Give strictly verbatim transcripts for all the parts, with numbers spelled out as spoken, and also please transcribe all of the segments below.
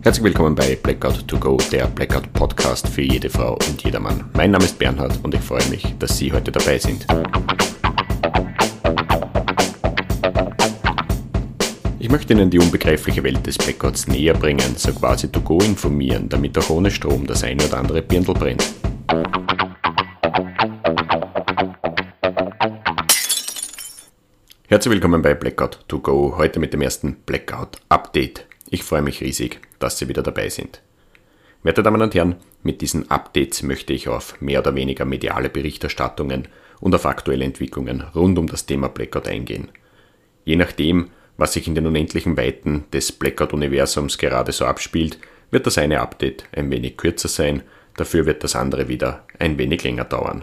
Herzlich willkommen bei Blackout to go, der Blackout Podcast für jede Frau und jedermann. Mein Name ist Bernhard und ich freue mich, dass Sie heute dabei sind. Ich möchte Ihnen die unbegreifliche Welt des Blackouts näher bringen, so quasi to go informieren, damit auch ohne Strom das eine oder andere Birndl brennt. Herzlich willkommen bei Blackout to go, heute mit dem ersten Blackout Update. Ich freue mich riesig, dass Sie wieder dabei sind. Werte Damen und Herren, mit diesen Updates möchte ich auf mehr oder weniger mediale Berichterstattungen und auf aktuelle Entwicklungen rund um das Thema Blackout eingehen. Je nachdem, was sich in den unendlichen Weiten des Blackout-Universums gerade so abspielt, wird das eine Update ein wenig kürzer sein, dafür wird das andere wieder ein wenig länger dauern.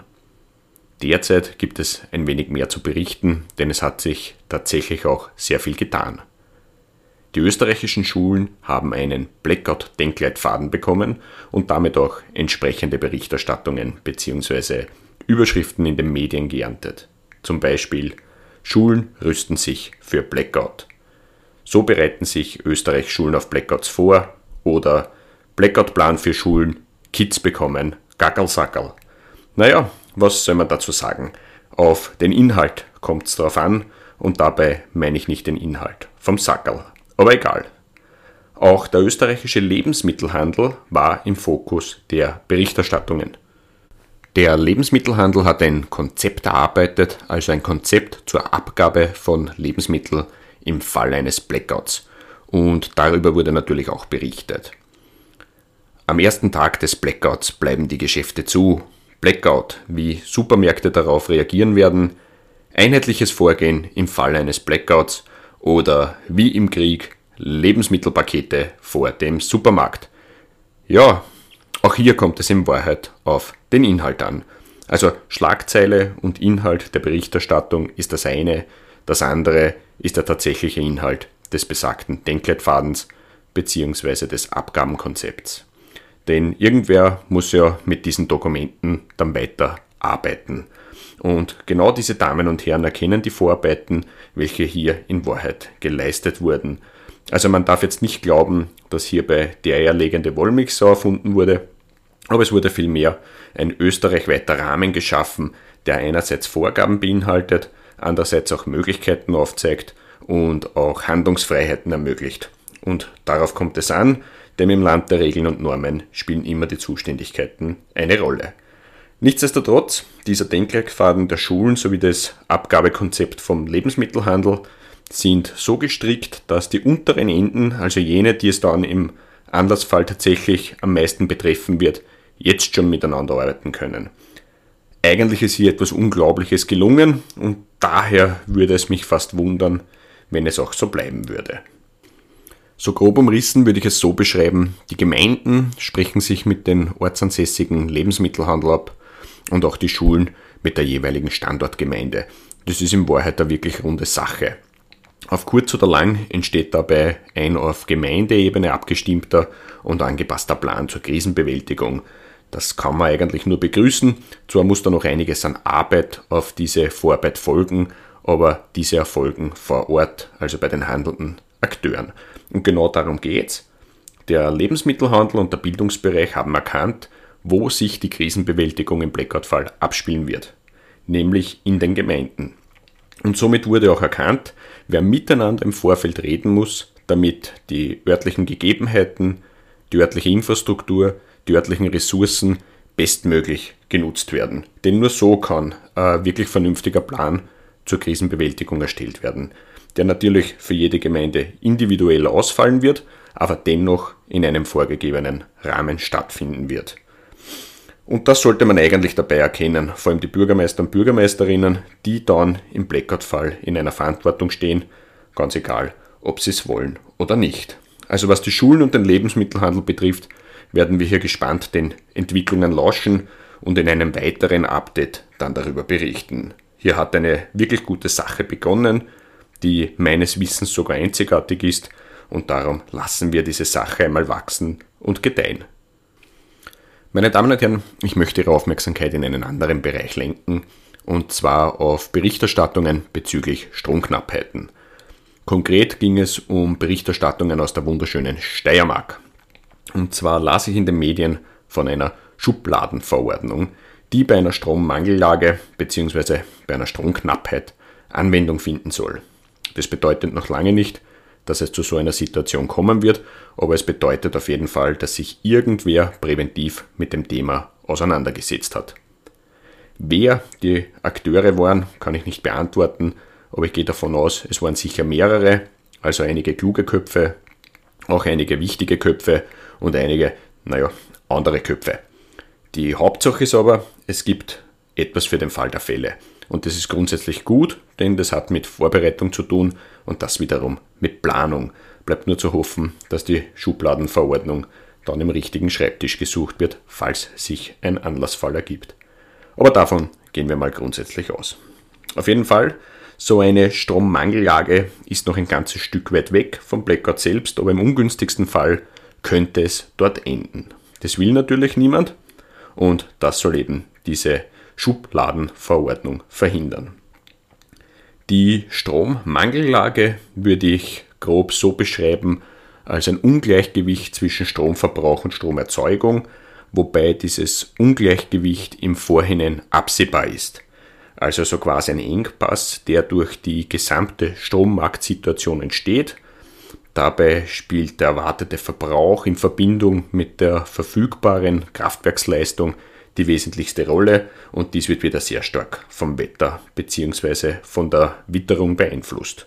Derzeit gibt es ein wenig mehr zu berichten, denn es hat sich tatsächlich auch sehr viel getan. Die österreichischen Schulen haben einen Blackout-Denkleitfaden bekommen und damit auch entsprechende Berichterstattungen bzw. Überschriften in den Medien geerntet. Zum Beispiel: Schulen rüsten sich für Blackout. So bereiten sich Österreichs Schulen auf Blackouts vor, oder Blackout-Plan für Schulen, Kids bekommen Gackerl-Sackerl. Naja, was soll man dazu sagen? Auf den Inhalt kommt es drauf an, und dabei meine ich nicht den Inhalt vom Sackerl. Aber egal. Auch der österreichische Lebensmittelhandel war im Fokus der Berichterstattungen. Der Lebensmittelhandel hat ein Konzept erarbeitet, also ein Konzept zur Abgabe von Lebensmitteln im Fall eines Blackouts. Und darüber wurde natürlich auch berichtet. Am ersten Tag des Blackouts bleiben die Geschäfte zu. Blackout, wie Supermärkte darauf reagieren werden, einheitliches Vorgehen im Fall eines Blackouts oder wie im Krieg Lebensmittelpakete vor dem Supermarkt. Ja, auch hier kommt es in Wahrheit auf den Inhalt an. Also Schlagzeile und Inhalt der Berichterstattung ist das eine, das andere ist der tatsächliche Inhalt des besagten Denkleitfadens bzw. des Abgabenkonzepts. Denn irgendwer muss ja mit diesen Dokumenten dann weiter arbeiten. Und genau diese Damen und Herren erkennen die Vorarbeiten, welche hier in Wahrheit geleistet wurden. Also man darf jetzt nicht glauben, dass hierbei der eierlegende Wollmilchsau erfunden wurde, aber es wurde vielmehr ein österreichweiter Rahmen geschaffen, der einerseits Vorgaben beinhaltet, andererseits auch Möglichkeiten aufzeigt und auch Handlungsfreiheiten ermöglicht. Und darauf kommt es an, denn im Land der Regeln und Normen spielen immer die Zuständigkeiten eine Rolle. Nichtsdestotrotz, dieser Denkleitfaden der Schulen sowie das Abgabekonzept vom Lebensmittelhandel sind so gestrickt, dass die unteren Enden, also jene, die es dann im Anlassfall tatsächlich am meisten betreffen wird, jetzt schon miteinander arbeiten können. Eigentlich ist hier etwas Unglaubliches gelungen und daher würde es mich fast wundern, wenn es auch so bleiben würde. So grob umrissen würde ich es so beschreiben: Die Gemeinden sprechen sich mit den ortsansässigen Lebensmittelhandel ab und auch die Schulen mit der jeweiligen Standortgemeinde. Das ist in Wahrheit eine wirklich runde Sache. Auf kurz oder lang entsteht dabei ein auf Gemeindeebene abgestimmter und angepasster Plan zur Krisenbewältigung. Das kann man eigentlich nur begrüßen. Zwar muss da noch einiges an Arbeit auf diese Vorarbeit folgen, aber diese erfolgen vor Ort, also bei den handelnden Akteuren. Und genau darum geht's. Der Lebensmittelhandel und der Bildungsbereich haben erkannt, wo sich die Krisenbewältigung im Blackout-Fall abspielen wird, nämlich in den Gemeinden. Und somit wurde auch erkannt, wer miteinander im Vorfeld reden muss, damit die örtlichen Gegebenheiten, die örtliche Infrastruktur, die örtlichen Ressourcen bestmöglich genutzt werden. Denn nur so kann ein wirklich vernünftiger Plan zur Krisenbewältigung erstellt werden, der natürlich für jede Gemeinde individuell ausfallen wird, aber dennoch in einem vorgegebenen Rahmen stattfinden wird. Und das sollte man eigentlich dabei erkennen, vor allem die Bürgermeister und Bürgermeisterinnen, die dann im Blackout-Fall in einer Verantwortung stehen, ganz egal, ob sie es wollen oder nicht. Also was die Schulen und den Lebensmittelhandel betrifft, werden wir hier gespannt den Entwicklungen lauschen und in einem weiteren Update dann darüber berichten. Hier hat eine wirklich gute Sache begonnen, die meines Wissens sogar einzigartig ist, und darum lassen wir diese Sache einmal wachsen und gedeihen. Meine Damen und Herren, ich möchte Ihre Aufmerksamkeit in einen anderen Bereich lenken, und zwar auf Berichterstattungen bezüglich Stromknappheiten. Konkret ging es um Berichterstattungen aus der wunderschönen Steiermark. Und zwar las ich in den Medien von einer Schubladenverordnung, die bei einer Strommangellage bzw. bei einer Stromknappheit Anwendung finden soll. Das bedeutet noch lange nicht, dass es zu so einer Situation kommen wird, aber es bedeutet auf jeden Fall, dass sich irgendwer präventiv mit dem Thema auseinandergesetzt hat. Wer die Akteure waren, kann ich nicht beantworten, aber ich gehe davon aus, es waren sicher mehrere, also einige kluge Köpfe, auch einige wichtige Köpfe und einige, naja, andere Köpfe. Die Hauptsache ist aber, es gibt etwas für den Fall der Fälle. Und das ist grundsätzlich gut, denn das hat mit Vorbereitung zu tun und das wiederum mit Planung. Bleibt nur zu hoffen, dass die Schubladenverordnung dann im richtigen Schreibtisch gesucht wird, falls sich ein Anlassfall ergibt. Aber davon gehen wir mal grundsätzlich aus. Auf jeden Fall, so eine Strommangellage ist noch ein ganzes Stück weit weg vom Blackout selbst, aber im ungünstigsten Fall könnte es dort enden. Das will natürlich niemand und das soll eben diese Schubladenverordnung verhindern. Die Strommangellage würde ich grob so beschreiben als ein Ungleichgewicht zwischen Stromverbrauch und Stromerzeugung, wobei dieses Ungleichgewicht im Vorhinein absehbar ist. Also so quasi ein Engpass, der durch die gesamte Strommarktsituation entsteht. Dabei spielt der erwartete Verbrauch in Verbindung mit der verfügbaren Kraftwerksleistung die wesentlichste Rolle und dies wird wieder sehr stark vom Wetter bzw. von der Witterung beeinflusst.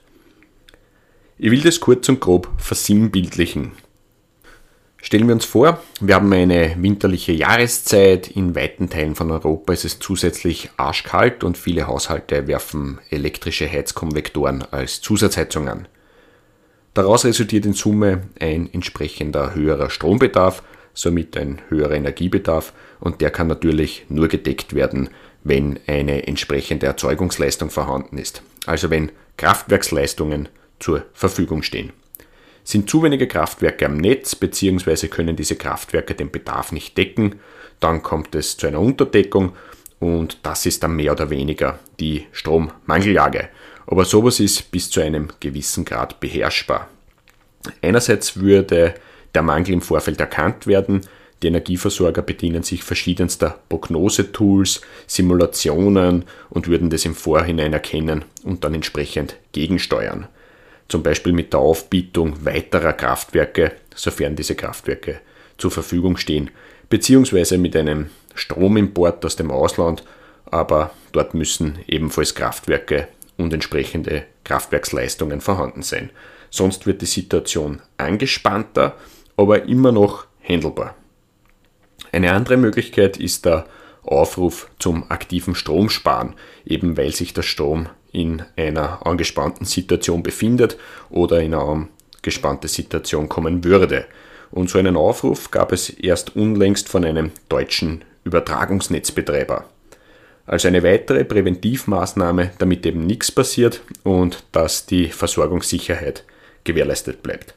Ich will das kurz und grob versinnbildlichen. Stellen wir uns vor, wir haben eine winterliche Jahreszeit, in weiten Teilen von Europa ist es zusätzlich arschkalt und viele Haushalte werfen elektrische Heizkonvektoren als Zusatzheizung an. Daraus resultiert in Summe ein entsprechender höherer Strombedarf, somit ein höherer Energiebedarf und der kann natürlich nur gedeckt werden, wenn eine entsprechende Erzeugungsleistung vorhanden ist, also wenn Kraftwerksleistungen zur Verfügung stehen. Sind zu wenige Kraftwerke am Netz bzw. können diese Kraftwerke den Bedarf nicht decken, dann kommt es zu einer Unterdeckung und das ist dann mehr oder weniger die Strommangellage. Aber sowas ist bis zu einem gewissen Grad beherrschbar. Einerseits würde der Mangel im Vorfeld erkannt werden. Die Energieversorger bedienen sich verschiedenster Prognosetools, Simulationen und würden das im Vorhinein erkennen und dann entsprechend gegensteuern. Zum Beispiel mit der Aufbietung weiterer Kraftwerke, sofern diese Kraftwerke zur Verfügung stehen, beziehungsweise mit einem Stromimport aus dem Ausland, aber dort müssen ebenfalls Kraftwerke und entsprechende Kraftwerksleistungen vorhanden sein. Sonst wird die Situation angespannter, aber immer noch handelbar. Eine andere Möglichkeit ist der Aufruf zum aktiven Stromsparen, eben weil sich der Strom in einer angespannten Situation befindet oder in eine angespannte Situation kommen würde. Und so einen Aufruf gab es erst unlängst von einem deutschen Übertragungsnetzbetreiber. Also eine weitere Präventivmaßnahme, damit eben nichts passiert und dass die Versorgungssicherheit gewährleistet bleibt.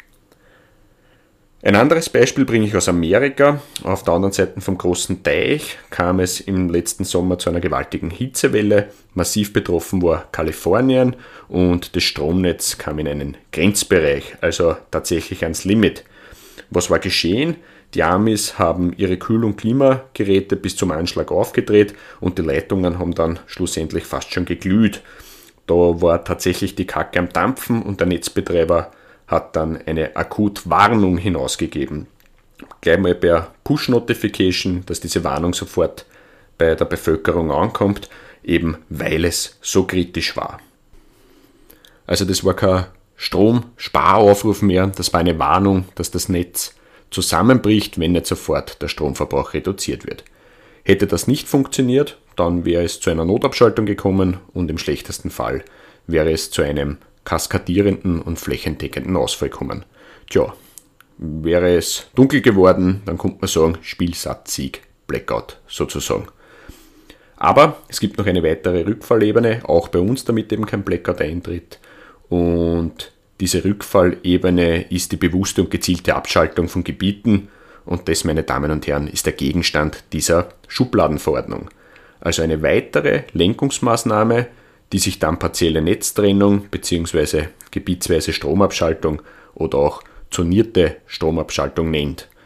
Ein anderes Beispiel bringe ich aus Amerika. Auf der anderen Seite vom großen Teich kam es im letzten Sommer zu einer gewaltigen Hitzewelle. Massiv betroffen war Kalifornien und das Stromnetz kam in einen Grenzbereich, also tatsächlich ans Limit. Was war geschehen? Die Amis haben ihre Kühl- und Klimageräte bis zum Anschlag aufgedreht und die Leitungen haben dann schlussendlich fast schon geglüht. Da war tatsächlich die Kacke am Dampfen und der Netzbetreiber hat dann eine Akutwarnung hinausgegeben. Gleich mal per Push-Notification, dass diese Warnung sofort bei der Bevölkerung ankommt, eben weil es so kritisch war. Also das war kein Stromsparaufruf mehr, das war eine Warnung, dass das Netz zusammenbricht, wenn nicht sofort der Stromverbrauch reduziert wird. Hätte das nicht funktioniert, dann wäre es zu einer Notabschaltung gekommen und im schlechtesten Fall wäre es zu einem kaskadierenden und flächendeckenden Ausfall kommen. Tja, wäre es dunkel geworden, dann könnte man sagen, Spielsatz, Sieg, Blackout sozusagen. Aber es gibt noch eine weitere Rückfallebene, auch bei uns, damit eben kein Blackout eintritt. Und diese Rückfallebene ist die bewusste und gezielte Abschaltung von Gebieten. Und das, meine Damen und Herren, ist der Gegenstand dieser Schubladenverordnung. Also eine weitere Lenkungsmaßnahme, die sich dann partielle Netztrennung bzw. gebietsweise Stromabschaltung oder auch zonierte Stromabschaltung nennt.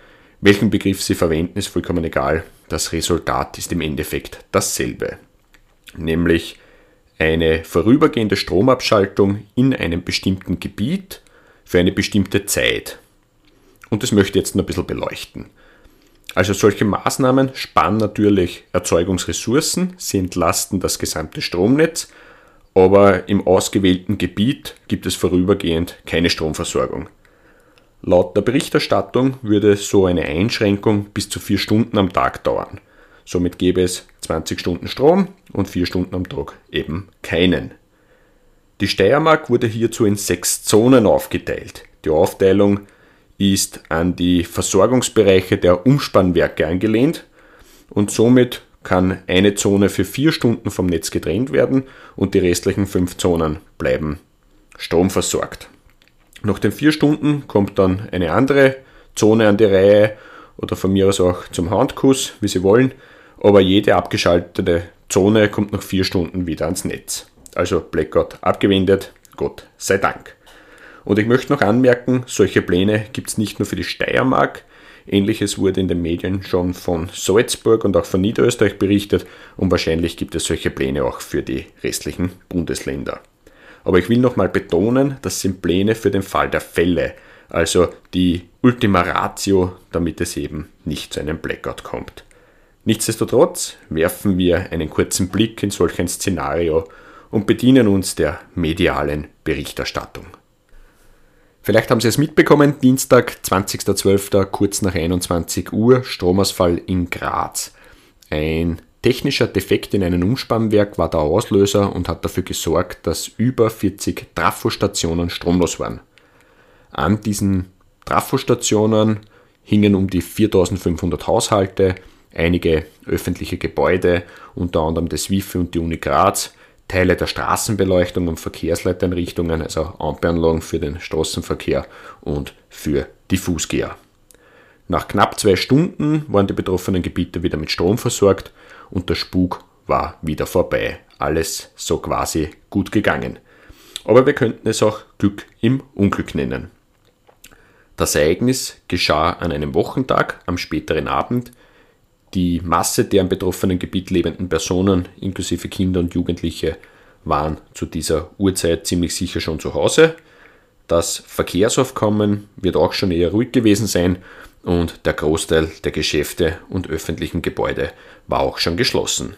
Welchen Begriff Sie verwenden, ist vollkommen egal. Das Resultat ist im Endeffekt dasselbe. Nämlich eine vorübergehende Stromabschaltung in einem bestimmten Gebiet für eine bestimmte Zeit. Und das möchte ich jetzt noch ein bisschen beleuchten. Also solche Maßnahmen sparen natürlich Erzeugungsressourcen, sie entlasten das gesamte Stromnetz, aber im ausgewählten Gebiet gibt es vorübergehend keine Stromversorgung. Laut der Berichterstattung würde so eine Einschränkung bis zu vier Stunden am Tag dauern. Somit gäbe es zwanzig Stunden Strom und vier Stunden am Tag eben keinen. Die Steiermark wurde hierzu in sechs Zonen aufgeteilt. Die Aufteilung ist an die Versorgungsbereiche der Umspannwerke angelehnt und somit kann eine Zone für vier Stunden vom Netz getrennt werden und die restlichen fünf Zonen bleiben stromversorgt. Nach den vier Stunden kommt dann eine andere Zone an die Reihe oder von mir aus auch zum Handkuss, wie Sie wollen, aber jede abgeschaltete Zone kommt nach vier Stunden wieder ans Netz. Also Blackout abgewendet, Gott sei Dank. Und ich möchte noch anmerken, solche Pläne gibt es nicht nur für die Steiermark. Ähnliches wurde in den Medien schon von Salzburg und auch von Niederösterreich berichtet und wahrscheinlich gibt es solche Pläne auch für die restlichen Bundesländer. Aber ich will nochmal betonen, das sind Pläne für den Fall der Fälle, also die Ultima Ratio, damit es eben nicht zu einem Blackout kommt. Nichtsdestotrotz werfen wir einen kurzen Blick in solch ein Szenario und bedienen uns der medialen Berichterstattung. Vielleicht haben Sie es mitbekommen, Dienstag, zwanzigster zwölfter kurz nach einundzwanzig Uhr, Stromausfall in Graz. Ein technischer Defekt in einem Umspannwerk war der Auslöser und hat dafür gesorgt, dass über vierzig Trafostationen stromlos waren. An diesen Trafostationen hingen um die viertausendfünfhundert Haushalte, einige öffentliche Gebäude, unter anderem das Wifi und die Uni Graz, Teile der Straßenbeleuchtung und Verkehrsleiteinrichtungen, also Amperanlagen für den Straßenverkehr und für die Fußgänger. Nach knapp zwei Stunden waren die betroffenen Gebiete wieder mit Strom versorgt und der Spuk war wieder vorbei. Alles so quasi gut gegangen. Aber wir könnten es auch Glück im Unglück nennen. Das Ereignis geschah an einem Wochentag, am späteren Abend. Die Masse der im betroffenen Gebiet lebenden Personen, inklusive Kinder und Jugendliche, waren zu dieser Uhrzeit ziemlich sicher schon zu Hause. Das Verkehrsaufkommen wird auch schon eher ruhig gewesen sein und der Großteil der Geschäfte und öffentlichen Gebäude war auch schon geschlossen.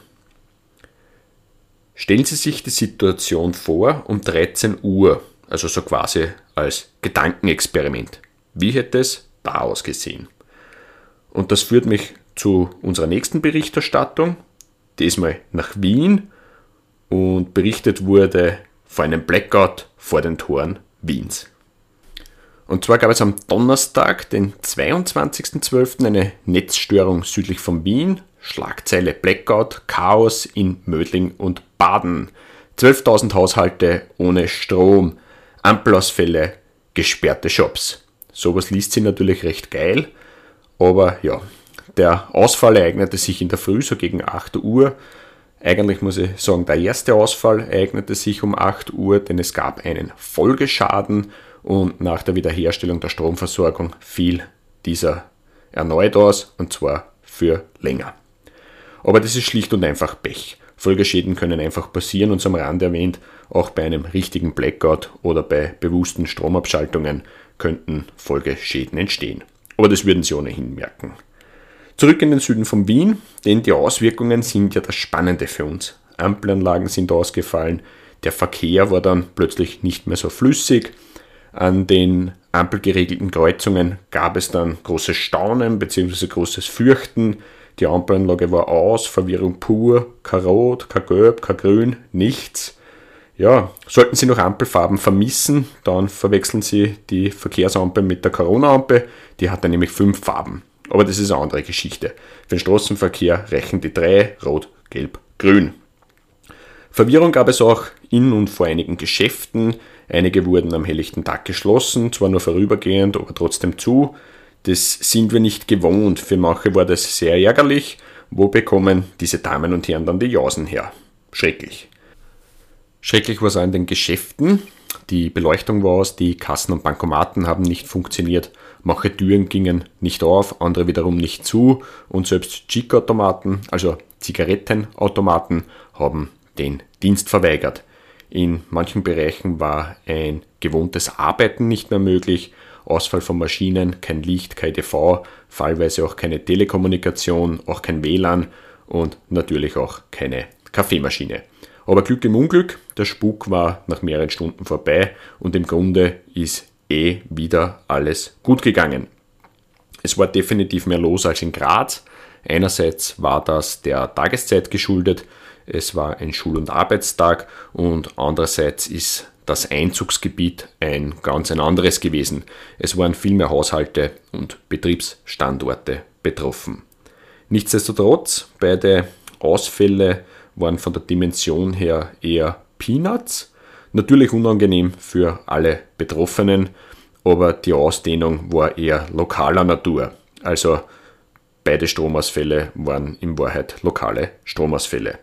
Stellen Sie sich die Situation vor um dreizehn Uhr, also so quasi als Gedankenexperiment. Wie hätte es da ausgesehen? Und das führt mich zu unserer nächsten Berichterstattung, diesmal nach Wien, und berichtet wurde von einem Blackout vor den Toren Wiens. Und zwar gab es am Donnerstag, den zweiundzwanzigster zwölfter eine Netzstörung südlich von Wien, Schlagzeile Blackout, Chaos in Mödling und Baden, zwölftausend Haushalte ohne Strom, Ampelausfälle, gesperrte Shops. Sowas liest sich natürlich recht geil, aber ja, der Ausfall ereignete sich in der Früh, so gegen acht Uhr. Eigentlich muss ich sagen, der erste Ausfall ereignete sich um acht Uhr, denn es gab einen Folgeschaden und nach der Wiederherstellung der Stromversorgung fiel dieser erneut aus und zwar für länger. Aber das ist schlicht und einfach Pech. Folgeschäden können einfach passieren und zum Rande erwähnt, auch bei einem richtigen Blackout oder bei bewussten Stromabschaltungen könnten Folgeschäden entstehen. Aber das würden Sie ohnehin merken. Zurück in den Süden von Wien, denn die Auswirkungen sind ja das Spannende für uns. Ampelanlagen sind ausgefallen, der Verkehr war dann plötzlich nicht mehr so flüssig. An den ampelgeregelten Kreuzungen gab es dann großes Staunen bzw. großes Fürchten. Die Ampelanlage war aus, Verwirrung pur, kein Rot, kein Gelb, kein Grün, nichts. Ja, sollten Sie noch Ampelfarben vermissen, dann verwechseln Sie die Verkehrsampel mit der Corona-Ampel, die hat dann nämlich fünf Farben. Aber das ist eine andere Geschichte. Für den Straßenverkehr reichen die drei, Rot, Gelb, Grün. Verwirrung gab es auch in und vor einigen Geschäften. Einige wurden am helllichten Tag geschlossen, zwar nur vorübergehend, aber trotzdem zu. Das sind wir nicht gewohnt. Für manche war das sehr ärgerlich. Wo bekommen diese Damen und Herren dann die Jausen her? Schrecklich. Schrecklich war es auch in den Geschäften. die Beleuchtung war aus, die Kassen und Bankomaten haben nicht funktioniert, manche Türen gingen nicht auf, andere wiederum nicht zu und selbst Chic-Automaten, also Zigarettenautomaten, haben den Dienst verweigert. In manchen Bereichen war ein gewohntes Arbeiten nicht mehr möglich, Ausfall von Maschinen, kein Licht, kein E D V, fallweise auch keine Telekommunikation, auch kein W L A N und natürlich auch keine Kaffeemaschine. Aber Glück im Unglück, der Spuk war nach mehreren Stunden vorbei und im Grunde ist eh wieder alles gut gegangen. Es war definitiv mehr los als in Graz. Einerseits war das der Tageszeit geschuldet, es war ein Schul- und Arbeitstag und andererseits ist das Einzugsgebiet ein ganz ein anderes gewesen. Es waren viel mehr Haushalte und Betriebsstandorte betroffen. Nichtsdestotrotz, beide Ausfälle waren von der Dimension her eher Peanuts. Natürlich unangenehm für alle Betroffenen, aber die Ausdehnung war eher lokaler Natur. Also beide Stromausfälle waren in Wahrheit lokale Stromausfälle.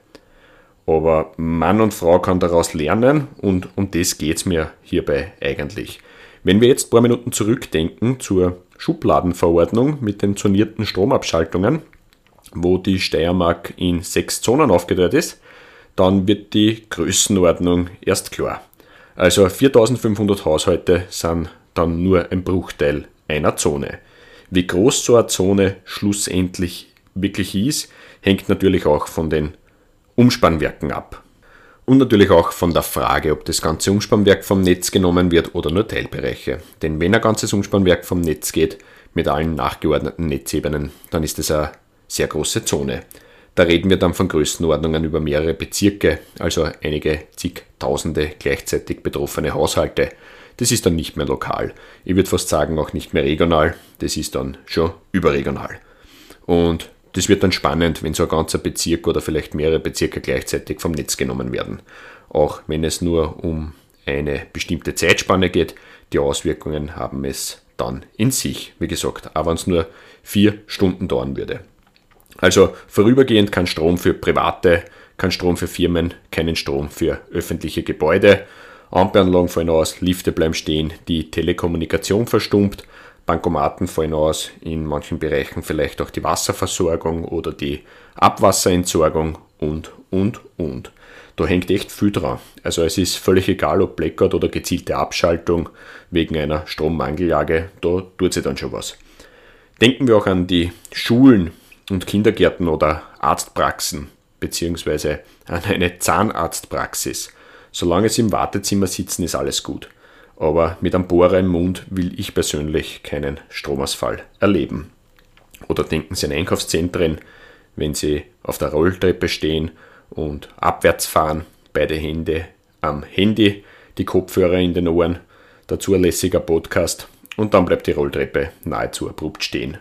Aber Mann und Frau kann daraus lernen und um das geht es mir hierbei eigentlich. Wenn wir jetzt ein paar Minuten zurückdenken zur Schubladenverordnung mit den zonierten Stromabschaltungen, wo die Steiermark in sechs Zonen aufgeteilt ist, dann wird die Größenordnung erst klar. Also viertausendfünfhundert Haushalte sind dann nur ein Bruchteil einer Zone. Wie groß so eine Zone schlussendlich wirklich ist, hängt natürlich auch von den Umspannwerken ab. Und natürlich auch von der Frage, ob das ganze Umspannwerk vom Netz genommen wird oder nur Teilbereiche. Denn wenn ein ganzes Umspannwerk vom Netz geht, mit allen nachgeordneten Netzebenen, dann ist das eine sehr große Zone. Da reden wir dann von Größenordnungen über mehrere Bezirke, also einige zigtausende gleichzeitig betroffene Haushalte. Das ist dann nicht mehr lokal. Ich würde fast sagen, auch nicht mehr regional, das ist dann schon überregional. Und das wird dann spannend, wenn so ein ganzer Bezirk oder vielleicht mehrere Bezirke gleichzeitig vom Netz genommen werden. Auch wenn es nur um eine bestimmte Zeitspanne geht, die Auswirkungen haben es dann in sich. Wie gesagt, auch wenn es nur vier Stunden dauern würde. Also vorübergehend kein Strom für Private, kein Strom für Firmen, keinen Strom für öffentliche Gebäude. Ampelanlagen fallen aus, Lifte bleiben stehen, die Telekommunikation verstummt, Bankomaten fallen aus, in manchen Bereichen vielleicht auch die Wasserversorgung oder die Abwasserentsorgung und, und, und. Da hängt echt viel dran. Also es ist völlig egal, ob Blackout oder gezielte Abschaltung wegen einer Strommangeljage, da tut sich dann schon was. Denken wir auch an die Schulen und Kindergärten oder Arztpraxen, beziehungsweise an eine Zahnarztpraxis. Solange sie im Wartezimmer sitzen, ist alles gut. Aber mit einem Bohrer im Mund will ich persönlich keinen Stromausfall erleben. Oder denken Sie an Einkaufszentren, wenn Sie auf der Rolltreppe stehen und abwärts fahren, beide Hände am Handy, die Kopfhörer in den Ohren, dazu ein lässiger Podcast und dann bleibt die Rolltreppe nahezu abrupt stehen.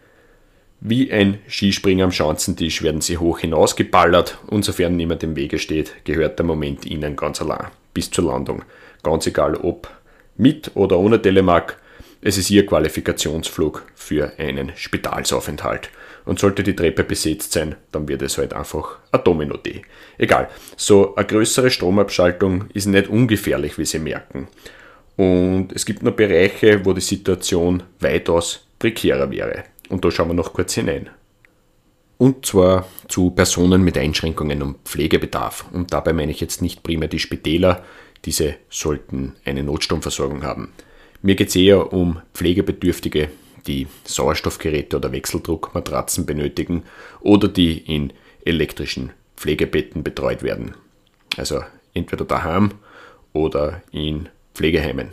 Wie ein Skispringer am Schanzentisch werden Sie hoch hinausgeballert und sofern niemand im Wege steht, gehört der Moment Ihnen ganz allein bis zur Landung. Ganz egal ob mit oder ohne Telemark, es ist Ihr Qualifikationsflug für einen Spitalsaufenthalt. Und sollte die Treppe besetzt sein, dann wird es halt einfach ein Domino-D. Egal, so eine größere Stromabschaltung ist nicht ungefährlich, wie Sie merken. Und es gibt noch Bereiche, wo die Situation weitaus prekärer wäre. Und da schauen wir noch kurz hinein. Und zwar zu Personen mit Einschränkungen und Pflegebedarf. Und dabei meine ich jetzt nicht primär die Spitäler, diese sollten eine Notstromversorgung haben. Mir geht es eher um Pflegebedürftige, die Sauerstoffgeräte oder Wechseldruckmatratzen benötigen oder die in elektrischen Pflegebetten betreut werden. Also entweder daheim oder in Pflegeheimen.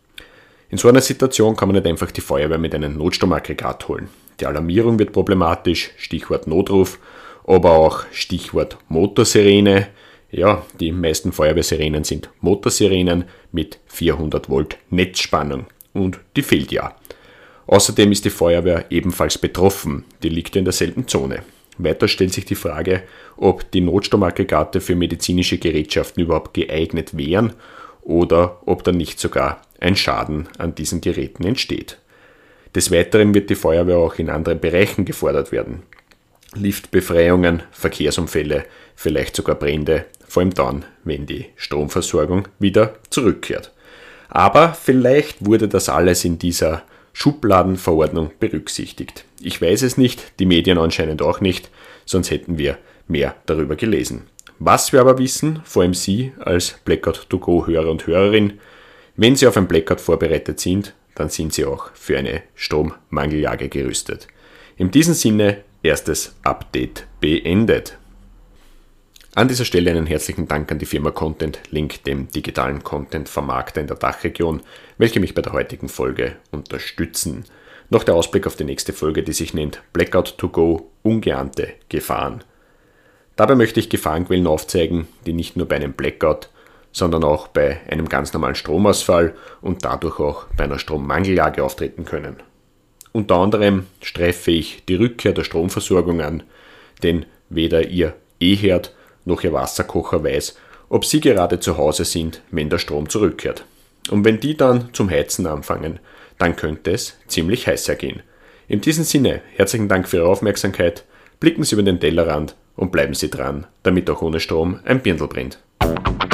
In so einer Situation kann man nicht einfach die Feuerwehr mit einem Notstromaggregat holen. Die Alarmierung wird problematisch, Stichwort Notruf, aber auch Stichwort Motorsirene. Ja, die meisten Feuerwehrsirenen sind Motorsirenen mit vierhundert Volt Netzspannung und die fehlt ja. Außerdem ist die Feuerwehr ebenfalls betroffen, die liegt in derselben Zone. Weiter stellt sich die Frage, ob die Notstromaggregate für medizinische Gerätschaften überhaupt geeignet wären oder ob dann nicht sogar ein Schaden an diesen Geräten entsteht. Des Weiteren wird die Feuerwehr auch in anderen Bereichen gefordert werden. Liftbefreiungen, Verkehrsunfälle, vielleicht sogar Brände, vor allem dann, wenn die Stromversorgung wieder zurückkehrt. Aber vielleicht wurde das alles in dieser Schubladenverordnung berücksichtigt. Ich weiß es nicht, die Medien anscheinend auch nicht, sonst hätten wir mehr darüber gelesen. Was wir aber wissen, vor allem Sie als Blackout to go Hörer und Hörerin, wenn Sie auf ein Blackout vorbereitet sind, dann sind Sie auch für eine Strommangeljage gerüstet. In diesem Sinne, erstes Update beendet. An dieser Stelle einen herzlichen Dank an die Firma Content Link, dem digitalen Content-Vermarkter in der Dachregion, welche mich bei der heutigen Folge unterstützen. Noch der Ausblick auf die nächste Folge, die sich nennt Blackout to go – Ungeahnte Gefahren. Dabei möchte ich Gefahrenquellen aufzeigen, die nicht nur bei einem Blackout, sondern auch bei einem ganz normalen Stromausfall und dadurch auch bei einer Strommangeljage auftreten können. Unter anderem streife ich die Rückkehr der Stromversorgung an, denn weder Ihr E-Herd noch Ihr Wasserkocher weiß, ob Sie gerade zu Hause sind, wenn der Strom zurückkehrt. Und wenn die dann zum Heizen anfangen, dann könnte es ziemlich heiß hergehen. In diesem Sinne, herzlichen Dank für Ihre Aufmerksamkeit, blicken Sie über den Tellerrand und bleiben Sie dran, damit auch ohne Strom ein Birndl brennt.